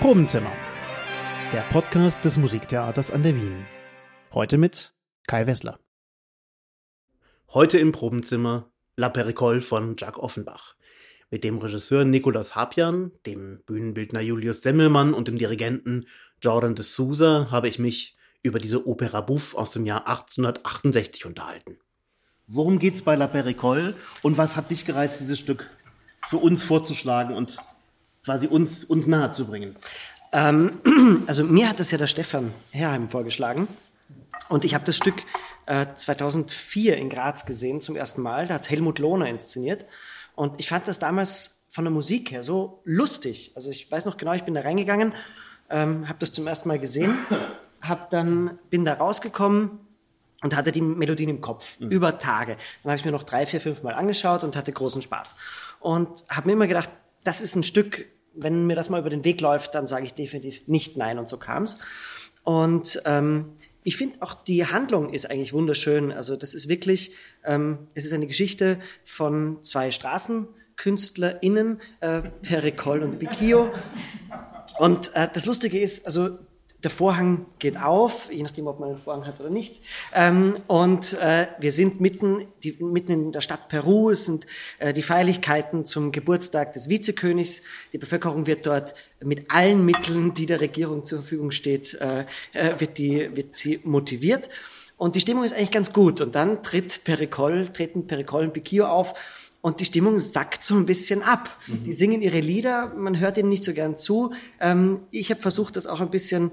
Probenzimmer, der Podcast des Musiktheaters an der Wien. Heute mit Kai Wessler. Heute im Probenzimmer La Pericole von Jacques Offenbach. Mit dem Regisseur Nicolas Hapian, dem Bühnenbildner Julius Semmelmann und dem Dirigenten Jordan de Souza habe ich mich über diese Opera Bouffe aus dem Jahr 1868 unterhalten. Worum geht's bei La Pericole und was hat dich gereizt, dieses Stück für uns vorzuschlagen und quasi uns nahe zu bringen? Also mir hat das ja der Stefan Herrheim vorgeschlagen und ich habe das Stück 2004 in Graz gesehen zum ersten Mal. Da hat es Helmut Lohner inszeniert und ich fand das damals von der Musik her so lustig. Also ich weiß noch genau, ich bin da reingegangen, habe das zum ersten Mal gesehen, bin da rausgekommen und hatte die Melodien im Kopf, über Tage. Dann habe ich mir noch 3, 4, 5 Mal angeschaut und hatte großen Spaß. Und habe mir immer gedacht, das ist ein Stück, wenn mir das mal über den Weg läuft, dann sage ich definitiv nicht nein, und so kam's. Und ich finde auch, die Handlung ist eigentlich wunderschön. Also das ist wirklich, es ist eine Geschichte von 2 StraßenkünstlerInnen, Pericole und Picchio. Und das Lustige ist, also der Vorhang geht auf, je nachdem, ob man einen Vorhang hat oder nicht. Wir sind mitten in der Stadt Peru. Es sind die Feierlichkeiten zum Geburtstag des Vizekönigs. Die Bevölkerung wird dort mit allen Mitteln, die der Regierung zur Verfügung steht, wird sie motiviert. Und die Stimmung ist eigentlich ganz gut. Und dann treten Pericole und Picchio auf. Und die Stimmung sackt so ein bisschen ab. Die singen ihre Lieder, man hört ihnen nicht so gern zu. Ich habe versucht, das auch ein bisschen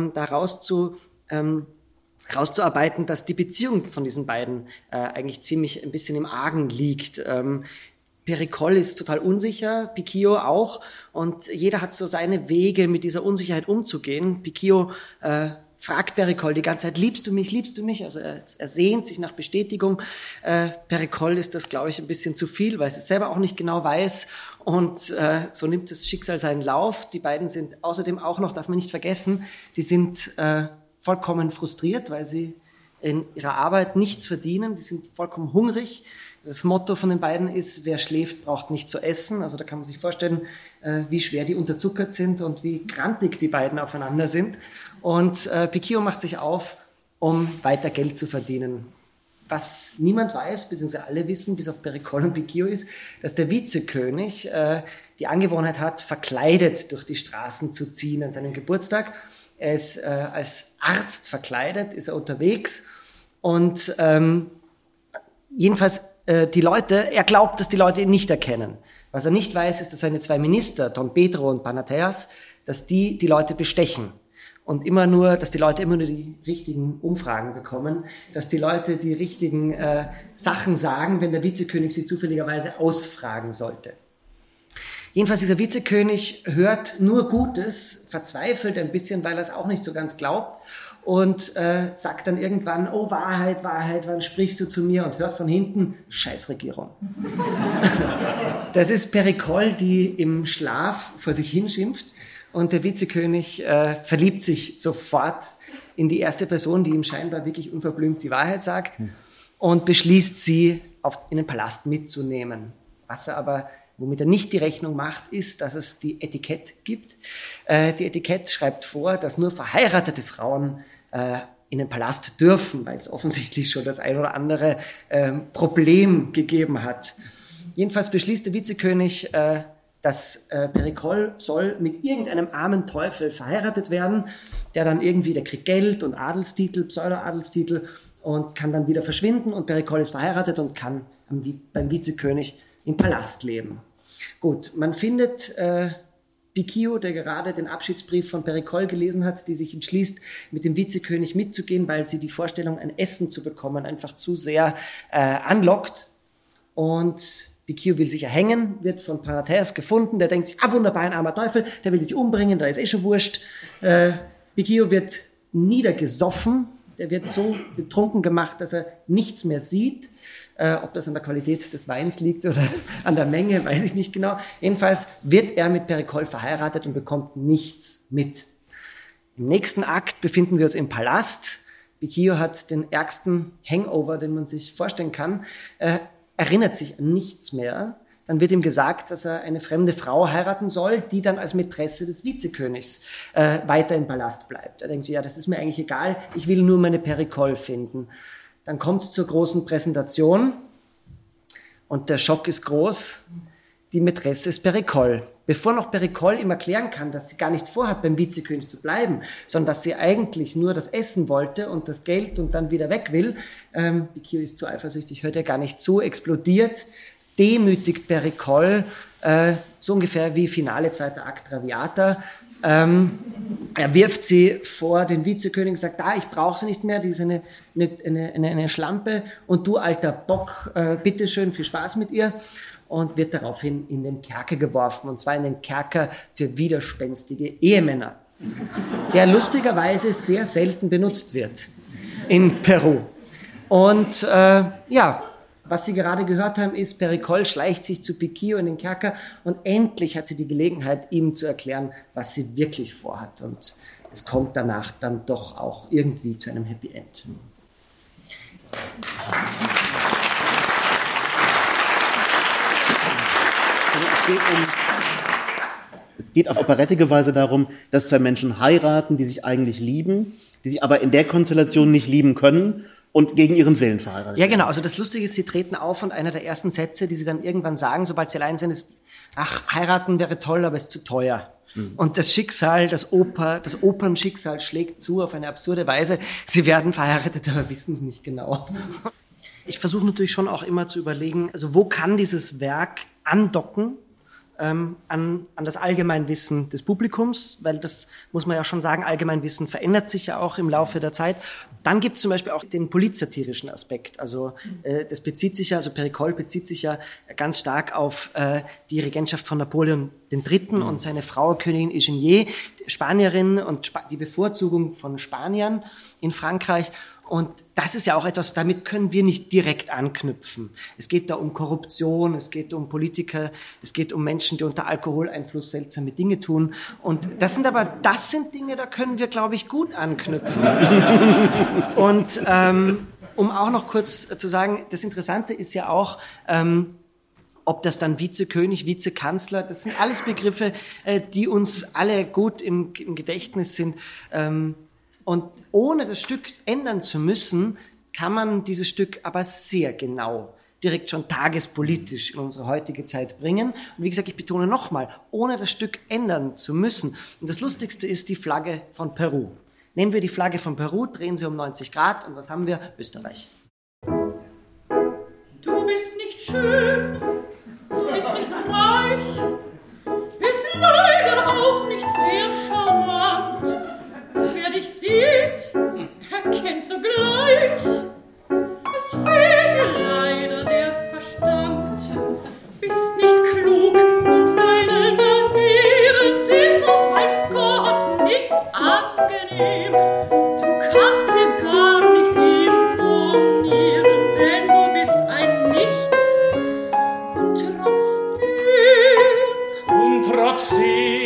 rauszuarbeiten, dass die Beziehung von diesen beiden eigentlich ziemlich ein bisschen im Argen liegt. Pericole ist total unsicher, Picchio auch. Und jeder hat so seine Wege, mit dieser Unsicherheit umzugehen. Picchio fragt Pericole die ganze Zeit, liebst du mich? Also er sehnt sich nach Bestätigung. Pericole ist das, glaube ich, ein bisschen zu viel, weil sie es selber auch nicht genau weiß. Und so nimmt das Schicksal seinen Lauf. Die beiden sind außerdem auch noch, darf man nicht vergessen, die sind vollkommen frustriert, weil sie in ihrer Arbeit nichts verdienen. Die sind vollkommen hungrig. Das Motto von den beiden ist, wer schläft, braucht nicht zu essen. Also da kann man sich vorstellen, wie schwer die unterzuckert sind und wie grantig die beiden aufeinander sind. Und Picchio macht sich auf, um weiter Geld zu verdienen. Was niemand weiß, beziehungsweise alle wissen, bis auf Pericole und Picchio, ist, dass der Vizekönig die Angewohnheit hat, verkleidet durch die Straßen zu ziehen an seinem Geburtstag. Er ist als Arzt verkleidet, ist er unterwegs und jedenfalls er glaubt, dass die Leute ihn nicht erkennen. Was er nicht weiß, ist, dass seine 2 Minister, Don Pedro und Panatheas, dass die Leute bestechen. Und dass die Leute immer nur die richtigen Umfragen bekommen, dass die Leute die richtigen Sachen sagen, wenn der Vizekönig sie zufälligerweise ausfragen sollte. Jedenfalls dieser Vizekönig hört nur Gutes, verzweifelt ein bisschen, weil er es auch nicht so ganz glaubt. Und sagt dann irgendwann, oh Wahrheit, wann sprichst du zu mir? Und hört von hinten, Scheißregierung. Das ist Pericole, die im Schlaf vor sich hinschimpft. Und der Vizekönig verliebt sich sofort in die erste Person, die ihm scheinbar wirklich unverblümt die Wahrheit sagt. Und beschließt, sie in den Palast mitzunehmen. Womit er nicht die Rechnung macht, ist, dass es die Etikette gibt. Die Etikette schreibt vor, dass nur verheiratete Frauen in den Palast dürfen, weil es offensichtlich schon das ein oder andere Problem gegeben hat. Jedenfalls beschließt der Vizekönig, dass Pericole soll mit irgendeinem armen Teufel verheiratet werden, der kriegt Geld und Adelstitel, Pseudo-Adelstitel und kann dann wieder verschwinden und Pericole ist verheiratet und kann beim Vizekönig im Palast leben. Gut, man findet Picchio, der gerade den Abschiedsbrief von Pericole gelesen hat, die sich entschließt, mit dem Vizekönig mitzugehen, weil sie die Vorstellung, ein Essen zu bekommen, einfach zu sehr anlockt. Und Picchio will sich erhängen, wird von Panatheas gefunden, der denkt sich, wunderbar, ein armer Teufel, der will sich umbringen, da ist schon wurscht. Picchio wird niedergesoffen, der wird so betrunken gemacht, dass er nichts mehr sieht. Ob das an der Qualität des Weins liegt oder an der Menge, weiß ich nicht genau. Jedenfalls wird er mit Pericole verheiratet und bekommt nichts mit. Im nächsten Akt befinden wir uns im Palast. Picchio hat den ärgsten Hangover, den man sich vorstellen kann, erinnert sich an nichts mehr, Dann wird ihm gesagt, dass er eine fremde Frau heiraten soll, die dann als Mätresse des Vizekönigs weiter im Palast bleibt. Er denkt, ja, das ist mir eigentlich egal, ich will nur meine Pericole finden. Dann kommt es zur großen Präsentation und der Schock ist groß. Die Mätresse ist Pericole. Bevor noch Pericole ihm erklären kann, dass sie gar nicht vorhat, beim Vizekönig zu bleiben, sondern dass sie eigentlich nur das Essen wollte und das Geld und dann wieder weg will, Picchio ist zu eifersüchtig, hört er gar nicht zu, explodiert, demütigt Pericole, so ungefähr wie Finale 2. Akt Traviata. Er wirft sie vor den Vizekönig und sagt, ich brauche sie nicht mehr, die ist eine Schlampe und du alter Bock, bitteschön, viel Spaß mit ihr. Und wird daraufhin in den Kerker geworfen, und zwar in den Kerker für widerspenstige Ehemänner, der lustigerweise sehr selten benutzt wird in Peru. Und was Sie gerade gehört haben, ist, Pericole schleicht sich zu Picchio in den Kerker und endlich hat sie die Gelegenheit, ihm zu erklären, was sie wirklich vorhat. Und es kommt danach dann doch auch irgendwie zu einem Happy End. Es geht auf operettige Weise darum, dass zwei Menschen heiraten, die sich eigentlich lieben, die sich aber in der Konstellation nicht lieben können und gegen ihren Willen verheiratet werden. Ja, genau. Also das Lustige ist, sie treten auf und einer der ersten Sätze, die sie dann irgendwann sagen, sobald sie allein sind, ist, heiraten wäre toll, aber es ist zu teuer. Und das Schicksal, das Opernschicksal schlägt zu auf eine absurde Weise. Sie werden verheiratet, aber wissen es nicht genau. Ich versuche natürlich schon auch immer zu überlegen, also wo kann dieses Werk andocken an das Allgemeinwissen des Publikums, weil das muss man ja schon sagen, Allgemeinwissen verändert sich ja auch im Laufe der Zeit. Dann gibt es zum Beispiel auch den politsatirischen Aspekt. Also das bezieht sich ja, also Pericole bezieht sich ja ganz stark auf die Regentschaft von Napoleon III. Und seine Frau Königin Eugenie, Spanierin, und die Bevorzugung von Spaniern in Frankreich. Und das ist ja auch etwas, damit können wir nicht direkt anknüpfen. Es geht da um Korruption, es geht um Politiker, es geht um Menschen, die unter Alkoholeinfluss seltsame Dinge tun. Und das sind Dinge, da können wir, glaube ich, gut anknüpfen. Und um auch noch kurz zu sagen, das Interessante ist ja auch, ob das dann Vizekönig, Vizekanzler, das sind alles Begriffe, die uns alle gut im Gedächtnis sind. Und ohne das Stück ändern zu müssen, kann man dieses Stück aber sehr genau, direkt schon tagespolitisch in unsere heutige Zeit bringen. Und wie gesagt, ich betone nochmal, ohne das Stück ändern zu müssen. Und das Lustigste ist die Flagge von Peru. Nehmen wir die Flagge von Peru, drehen sie um 90 Grad und was haben wir? Österreich. Du bist nicht schön, du bist nicht reich, bist leider auch nicht sehr charmant. Und wer dich sieht, erkennt sogleich, es fehlt dir leider der Verstand. Bist nicht klug und deine Manieren sind doch, weiß Gott, nicht angenehm. Du kannst mir gar nicht imponieren, denn du bist ein Nichts. Und trotzdem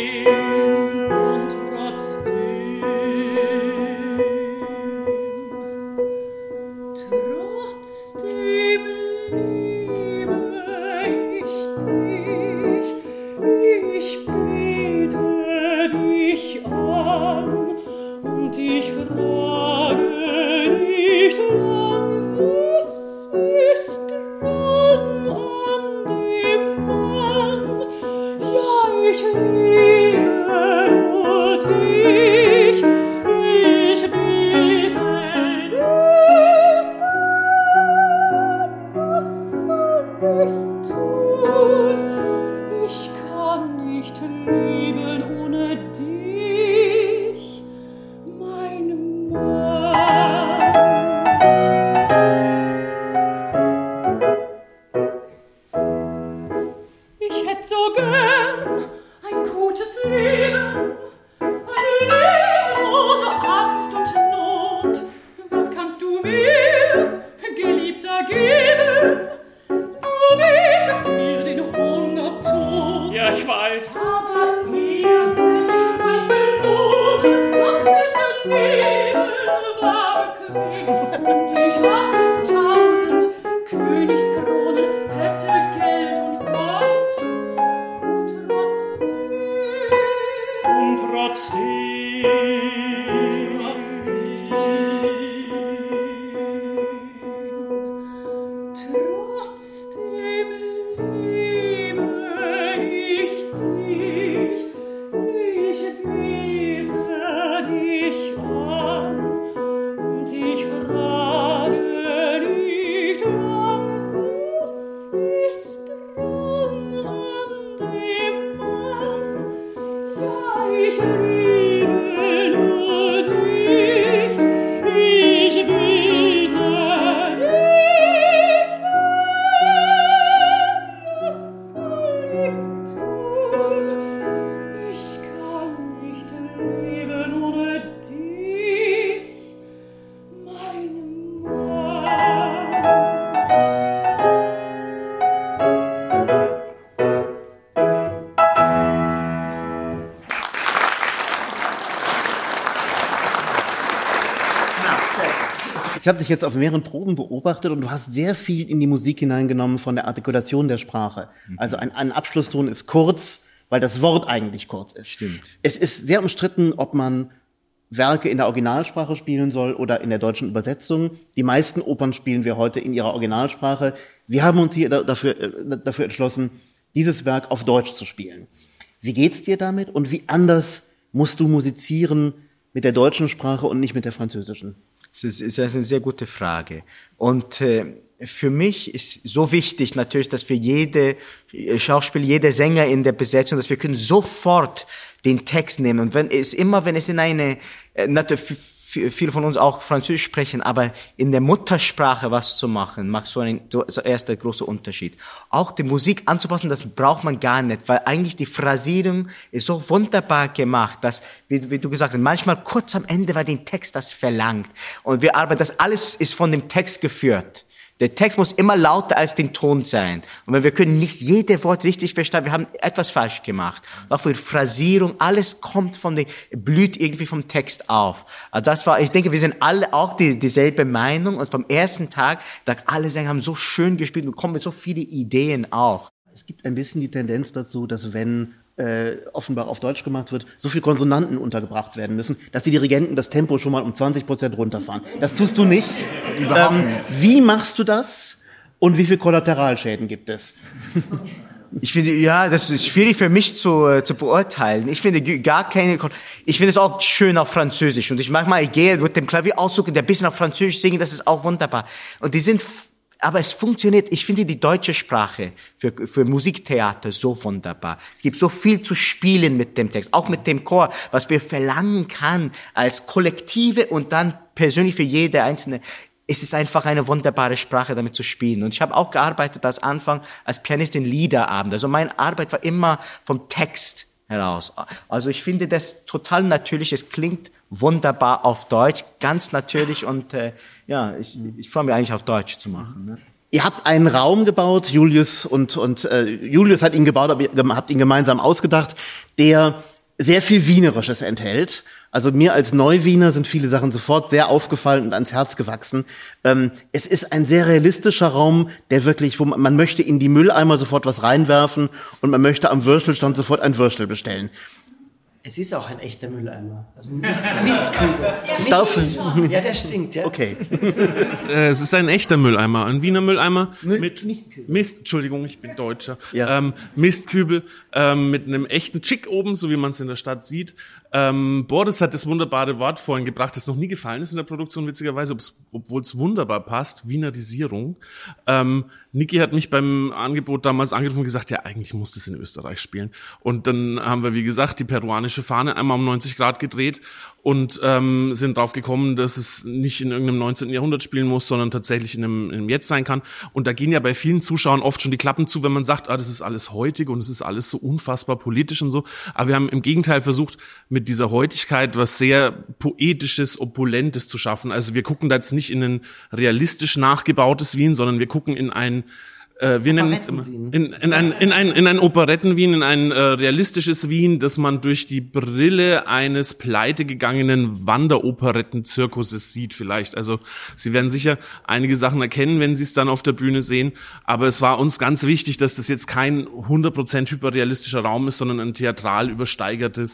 Königskronen hätte Geld und Gold. Ich habe dich jetzt auf mehreren Proben beobachtet und du hast sehr viel in die Musik hineingenommen von der Artikulation der Sprache. Also ein Abschlusston ist kurz, weil das Wort eigentlich kurz ist. Stimmt. Es ist sehr umstritten, ob man Werke in der Originalsprache spielen soll oder in der deutschen Übersetzung. Die meisten Opern spielen wir heute in ihrer Originalsprache. Wir haben uns hier dafür entschlossen, dieses Werk auf Deutsch zu spielen. Wie geht's dir damit und wie anders musst du musizieren mit der deutschen Sprache und nicht mit der französischen? Das ist eine sehr gute Frage. Und für mich ist so wichtig natürlich, dass wir jede Schauspieler, jede Sänger in der Besetzung, dass wir können sofort den Text nehmen. Und wenn es in eine, viele von uns auch Französisch sprechen, aber in der Muttersprache was zu machen, macht so erst der große Unterschied. Auch die Musik anzupassen, das braucht man gar nicht, weil eigentlich die Phrasierung ist so wunderbar gemacht, dass, wie du gesagt hast, manchmal kurz am Ende war den Text das verlangt. Und das alles ist von dem Text geführt. Der Text muss immer lauter als den Ton sein. Und wenn wir können nicht jedes Wort richtig verstehen, wir haben etwas falsch gemacht. Auch für Phrasierung, alles blüht irgendwie vom Text auf. Also ich denke, wir sind alle auch dieselbe Meinung. Und vom ersten Tag, da alle Sänger haben so schön gespielt und kommen mit so viele Ideen auch. Es gibt ein bisschen die Tendenz dazu, dass wenn offenbar auf Deutsch gemacht wird, so viele Konsonanten untergebracht werden müssen, dass die Dirigenten das Tempo schon mal um 20% runterfahren. Das tust du nicht. Überhaupt nicht. Wie machst du das und wie viele Kollateralschäden gibt es? Ich finde, ja, das ist schwierig für mich zu beurteilen. Ich finde ich finde es auch schön auf Französisch. Und ich gehe mit dem Klavierauszug und ein bisschen auf Französisch singen, das ist auch wunderbar. Und aber es funktioniert. Ich finde die deutsche Sprache für Musiktheater so wunderbar. Es gibt so viel zu spielen mit dem Text, auch mit dem Chor, was wir verlangen kann als Kollektive und dann persönlich für jede einzelne. Es ist einfach eine wunderbare Sprache, damit zu spielen. Und ich habe auch gearbeitet als Pianist in Liederabend. Also meine Arbeit war immer vom Text heraus. Also ich finde das total natürlich. Es klingt wunderbar auf Deutsch, ganz natürlich. Und ich freue mich eigentlich auf Deutsch zu machen. Ne? Ihr habt einen Raum gebaut, Julius und Julius hat ihn gebaut, aber ihr habt ihn gemeinsam ausgedacht, der sehr viel Wienerisches enthält. Also mir als Neuwiener sind viele Sachen sofort sehr aufgefallen und ans Herz gewachsen. Es ist ein sehr realistischer Raum, der wirklich, wo man möchte in die Mülleimer sofort was reinwerfen und man möchte am Würstelstand sofort ein Würstel bestellen. Es ist auch ein echter Mülleimer. Also Mistkübel. Ja, der stinkt, ja. Okay. Es ist ein echter Mülleimer, ein Wiener Mülleimer mit Mistkübel. Entschuldigung, ich bin Deutscher. Ja. Mistkübel mit einem echten Chick oben, so wie man es in der Stadt sieht. Boris hat das wunderbare Wort vorhin gebracht, das noch nie gefallen ist in der Produktion, witzigerweise, obwohl es wunderbar passt, Wienerisierung. Niki hat mich beim Angebot damals angerufen und gesagt, ja, eigentlich muss das in Österreich spielen. Und dann haben wir, wie gesagt, die peruanische Fahne einmal um 90 Grad gedreht und sind drauf gekommen, dass es nicht in irgendeinem 19. Jahrhundert spielen muss, sondern tatsächlich in einem Jetzt sein kann. Und da gehen ja bei vielen Zuschauern oft schon die Klappen zu, wenn man sagt, das ist alles heutig und es ist alles so unfassbar politisch und so. Aber wir haben im Gegenteil versucht, mit dieser Heutigkeit was sehr Poetisches, Opulentes zu schaffen. Also wir gucken da jetzt nicht in ein realistisch nachgebautes Wien, sondern wir gucken in ein wir nennen es immer in ein Operetten-Wien, in ein realistisches Wien, das man durch die Brille eines pleitegegangenen Wanderoperetten-Zirkuses sieht vielleicht. Also Sie werden sicher einige Sachen erkennen, wenn Sie es dann auf der Bühne sehen. Aber es war uns ganz wichtig, dass das jetzt kein 100% hyperrealistischer Raum ist, sondern ein theatral übersteigertes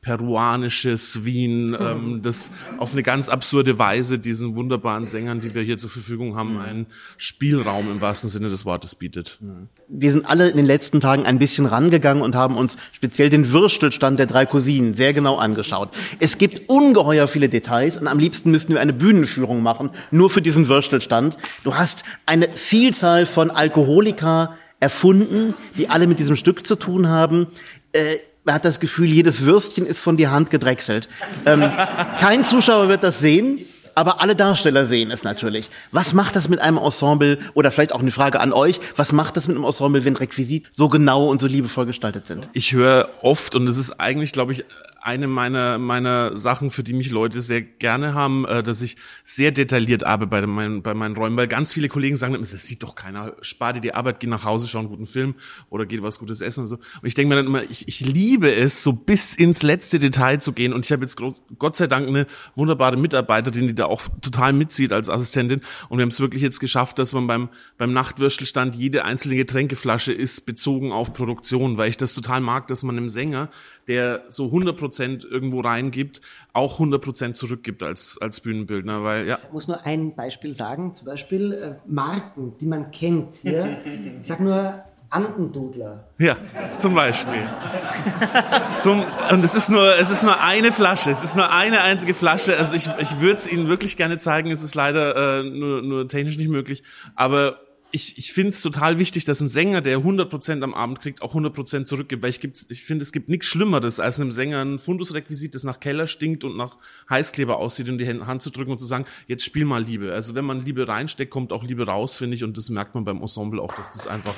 peruanisches Wien, das auf eine ganz absurde Weise diesen wunderbaren Sängern, die wir hier zur Verfügung haben, einen Spielraum im wahrsten Sinne des Wortes bietet. Wir sind alle in den letzten Tagen ein bisschen rangegangen und haben uns speziell den Würstelstand der 3 Cousinen sehr genau angeschaut. Es gibt ungeheuer viele Details und am liebsten müssten wir eine Bühnenführung machen, nur für diesen Würstelstand. Du hast eine Vielzahl von Alkoholika erfunden, die alle mit diesem Stück zu tun haben. Man hat das Gefühl, jedes Würstchen ist von dir handgedrechselt. Kein Zuschauer wird das sehen, aber alle Darsteller sehen es natürlich. Was macht das mit einem Ensemble, oder vielleicht auch eine Frage an euch, was macht das mit einem Ensemble, wenn Requisit so genau und so liebevoll gestaltet sind? Ich höre oft, und das ist eigentlich, glaube ich, eine meiner Sachen, für die mich Leute sehr gerne haben, dass ich sehr detailliert arbeite bei meinen Räumen, weil ganz viele Kollegen sagen, das sieht doch keiner, spar dir die Arbeit, geh nach Hause, schau einen guten Film oder geh was Gutes essen und so. Und ich denke mir dann immer, ich liebe es, so bis ins letzte Detail zu gehen, und ich habe jetzt Gott sei Dank eine wunderbare Mitarbeiterin, die da auch total mitzieht als Assistentin, und wir haben es wirklich jetzt geschafft, dass man beim Nachtwürstelstand jede einzelne Getränkeflasche ist bezogen auf Produktion, weil ich das total mag, dass man einem Sänger, der so 100% irgendwo reingibt, auch 100% zurückgibt als Bühnenbildner, weil, ja. Ich muss nur ein Beispiel sagen, zum Beispiel Marken, die man kennt hier. Ich sag nur Andendudler. Ja, zum Beispiel. Und es ist nur eine Flasche, es ist nur eine einzige Flasche, also ich würde es Ihnen wirklich gerne zeigen, es ist leider nur technisch nicht möglich, aber ich finde es total wichtig, dass ein Sänger, der 100% am Abend kriegt, auch 100% zurückgibt, weil ich finde, es gibt nichts Schlimmeres, als einem Sänger ein Fundusrequisit, das nach Keller stinkt und nach Heißkleber aussieht, in die Hand zu drücken und zu sagen, jetzt spiel mal Liebe. Also wenn man Liebe reinsteckt, kommt auch Liebe raus, finde ich, und das merkt man beim Ensemble auch, dass das einfach...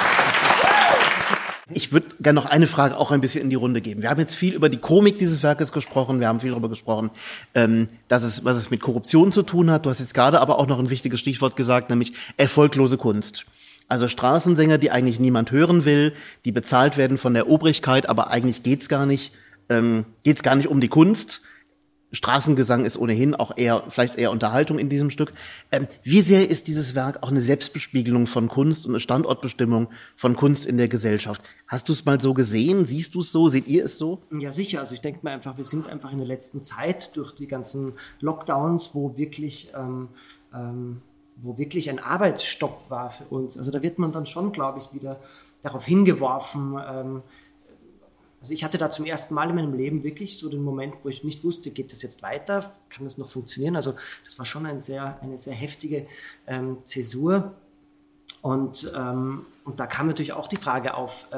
Ich würde gerne noch eine Frage auch ein bisschen in die Runde geben. Wir haben jetzt viel über die Komik dieses Werkes gesprochen. Wir haben viel darüber gesprochen, was es mit Korruption zu tun hat. Du hast jetzt gerade aber auch noch ein wichtiges Stichwort gesagt, nämlich erfolglose Kunst. Also Straßensänger, die eigentlich niemand hören will, die bezahlt werden von der Obrigkeit, aber eigentlich geht's gar nicht um die Kunst. Straßengesang ist ohnehin auch vielleicht eher Unterhaltung in diesem Stück. Wie sehr ist dieses Werk auch eine Selbstbespiegelung von Kunst und eine Standortbestimmung von Kunst in der Gesellschaft? Hast du es mal so gesehen? Siehst du es so? Seht ihr es so? Ja, sicher. Also ich denke mir einfach, wir sind einfach in der letzten Zeit durch die ganzen Lockdowns, wo wirklich ein Arbeitsstopp war für uns. Also da wird man dann schon, glaube ich, wieder darauf hingeworfen. Also ich hatte da zum ersten Mal in meinem Leben wirklich so den Moment, wo ich nicht wusste, geht das jetzt weiter, kann das noch funktionieren? Also das war schon eine sehr heftige Zäsur. Und da kam natürlich auch die Frage auf,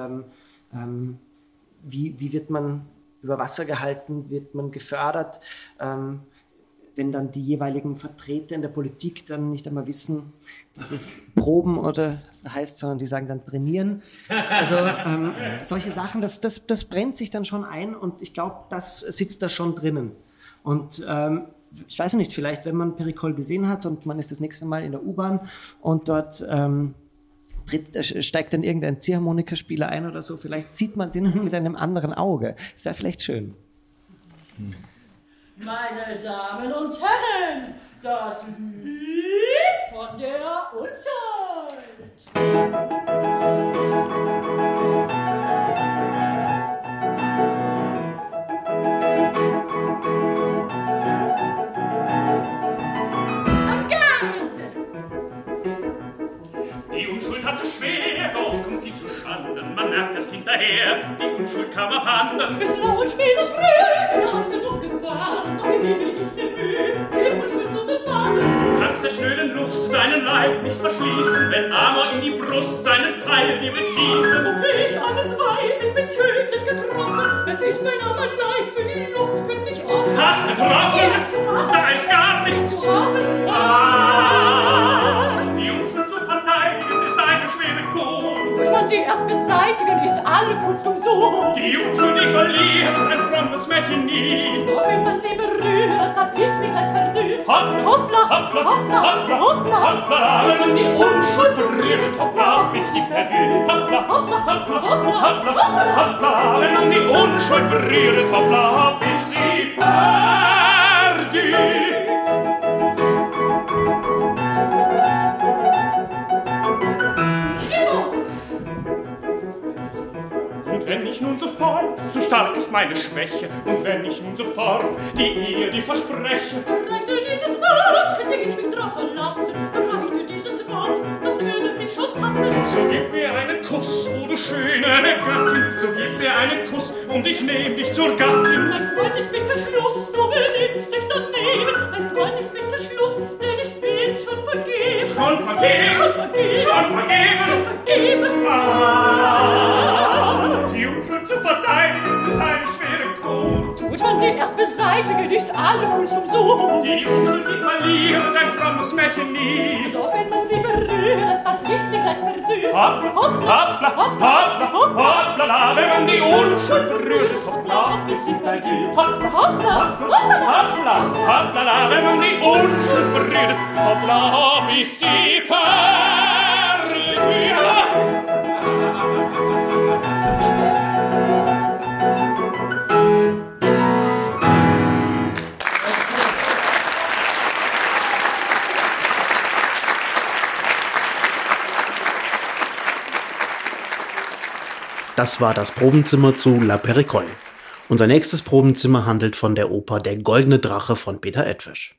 wie wird man über Wasser gehalten, wird man gefördert, wenn dann die jeweiligen Vertreter in der Politik dann nicht einmal wissen, dass es Proben oder heißt, sondern die sagen dann trainieren. Also solche Sachen, das brennt sich dann schon ein, und ich glaube, das sitzt da schon drinnen. Und ich weiß nicht, vielleicht, wenn man Pericol gesehen hat und man ist das nächste Mal in der U-Bahn und dort steigt dann irgendein Ziehharmonikaspieler ein oder so, vielleicht sieht man den mit einem anderen Auge. Das wäre vielleicht schön. Meine Damen und Herren, das Lied von der Unschuld. Die Unschuld hatte schwer, oft kommt sie zu Schanden, man merkt erst hinterher, die Unschuld kam abhanden. Bis lau und spät und früh, du hast genug gefahren, doch gebe ich mir Mühe, die Unschuld zu bewahren. Du kannst der schnöden Lust deinen Leib nicht verschließen, wenn Amor in die Brust seinen Pfeil dir will schießen. Wofür ich alles Weib, ich bin tödlich getroffen, es ist mein armer Leib, für die Lust könnte ich offen. Ha, getroffen, da ist gar nichts zu hoffen. Die Unschuld zu verteidigen ist eine schwere Kunst. Muss man sie erst beseitigen, ist alle Kunst umsonst. Die Unschuld, die verliert ein frommes Mädchen nie. Doch wenn man sie berührt, dann ist sie gleich perdu. Hoppla, Hoppla, hoppla, hoppla, hoppla, hoppla, wenn man die Unschuld berührt, hoppla, bis sie perdu. Hoppla, hoppla, hoppla, hoppla, hoppla, hoppla, wenn man die Unschuld berührt, hoppla, bis sie perdu. Und wenn ich ich nun sofort, so stark ist meine Schwäche, und wenn ich nun sofort die Ehe dir verspreche, reichte dieses Wort, könnte ich mich drauf verlassen, reichte dieses Wort, das würde mich schon passen. So gib mir einen Kuss, o du schöne Göttin, so gib mir einen Kuss, und ich nehm dich zur Gattin. Mein Freund, ich bitte Schluss, du benimmst dich daneben, mein Freund, ich bitte Schluss, denn ich bin schon vergeben. Schon vergeben, schon vergeben, schon vergeben, schon vergeben. Die Unschuld zu verteidigen ist eine schwere Kunst. Tut man sie erst beseitige, nicht alle Kunst umsonst. Die Unschuld, die verliert ein frommes Mädchen nie. Doch wenn man sie berührt, dann ist sie gleich perdu. Hoppla, hoppla, hoppla, hoppla, la, wenn man die Unschuld berührt, hoppla, ist sie bei dir. Hoppla, hoppla, hoppla, hoppla, la, wenn man die Unschuld berührt, hoppla, ist sie bei dir. Das war das Probenzimmer zu La Pericole. Unser nächstes Probenzimmer handelt von der Oper Der Goldene Drache von Peter Edwisch.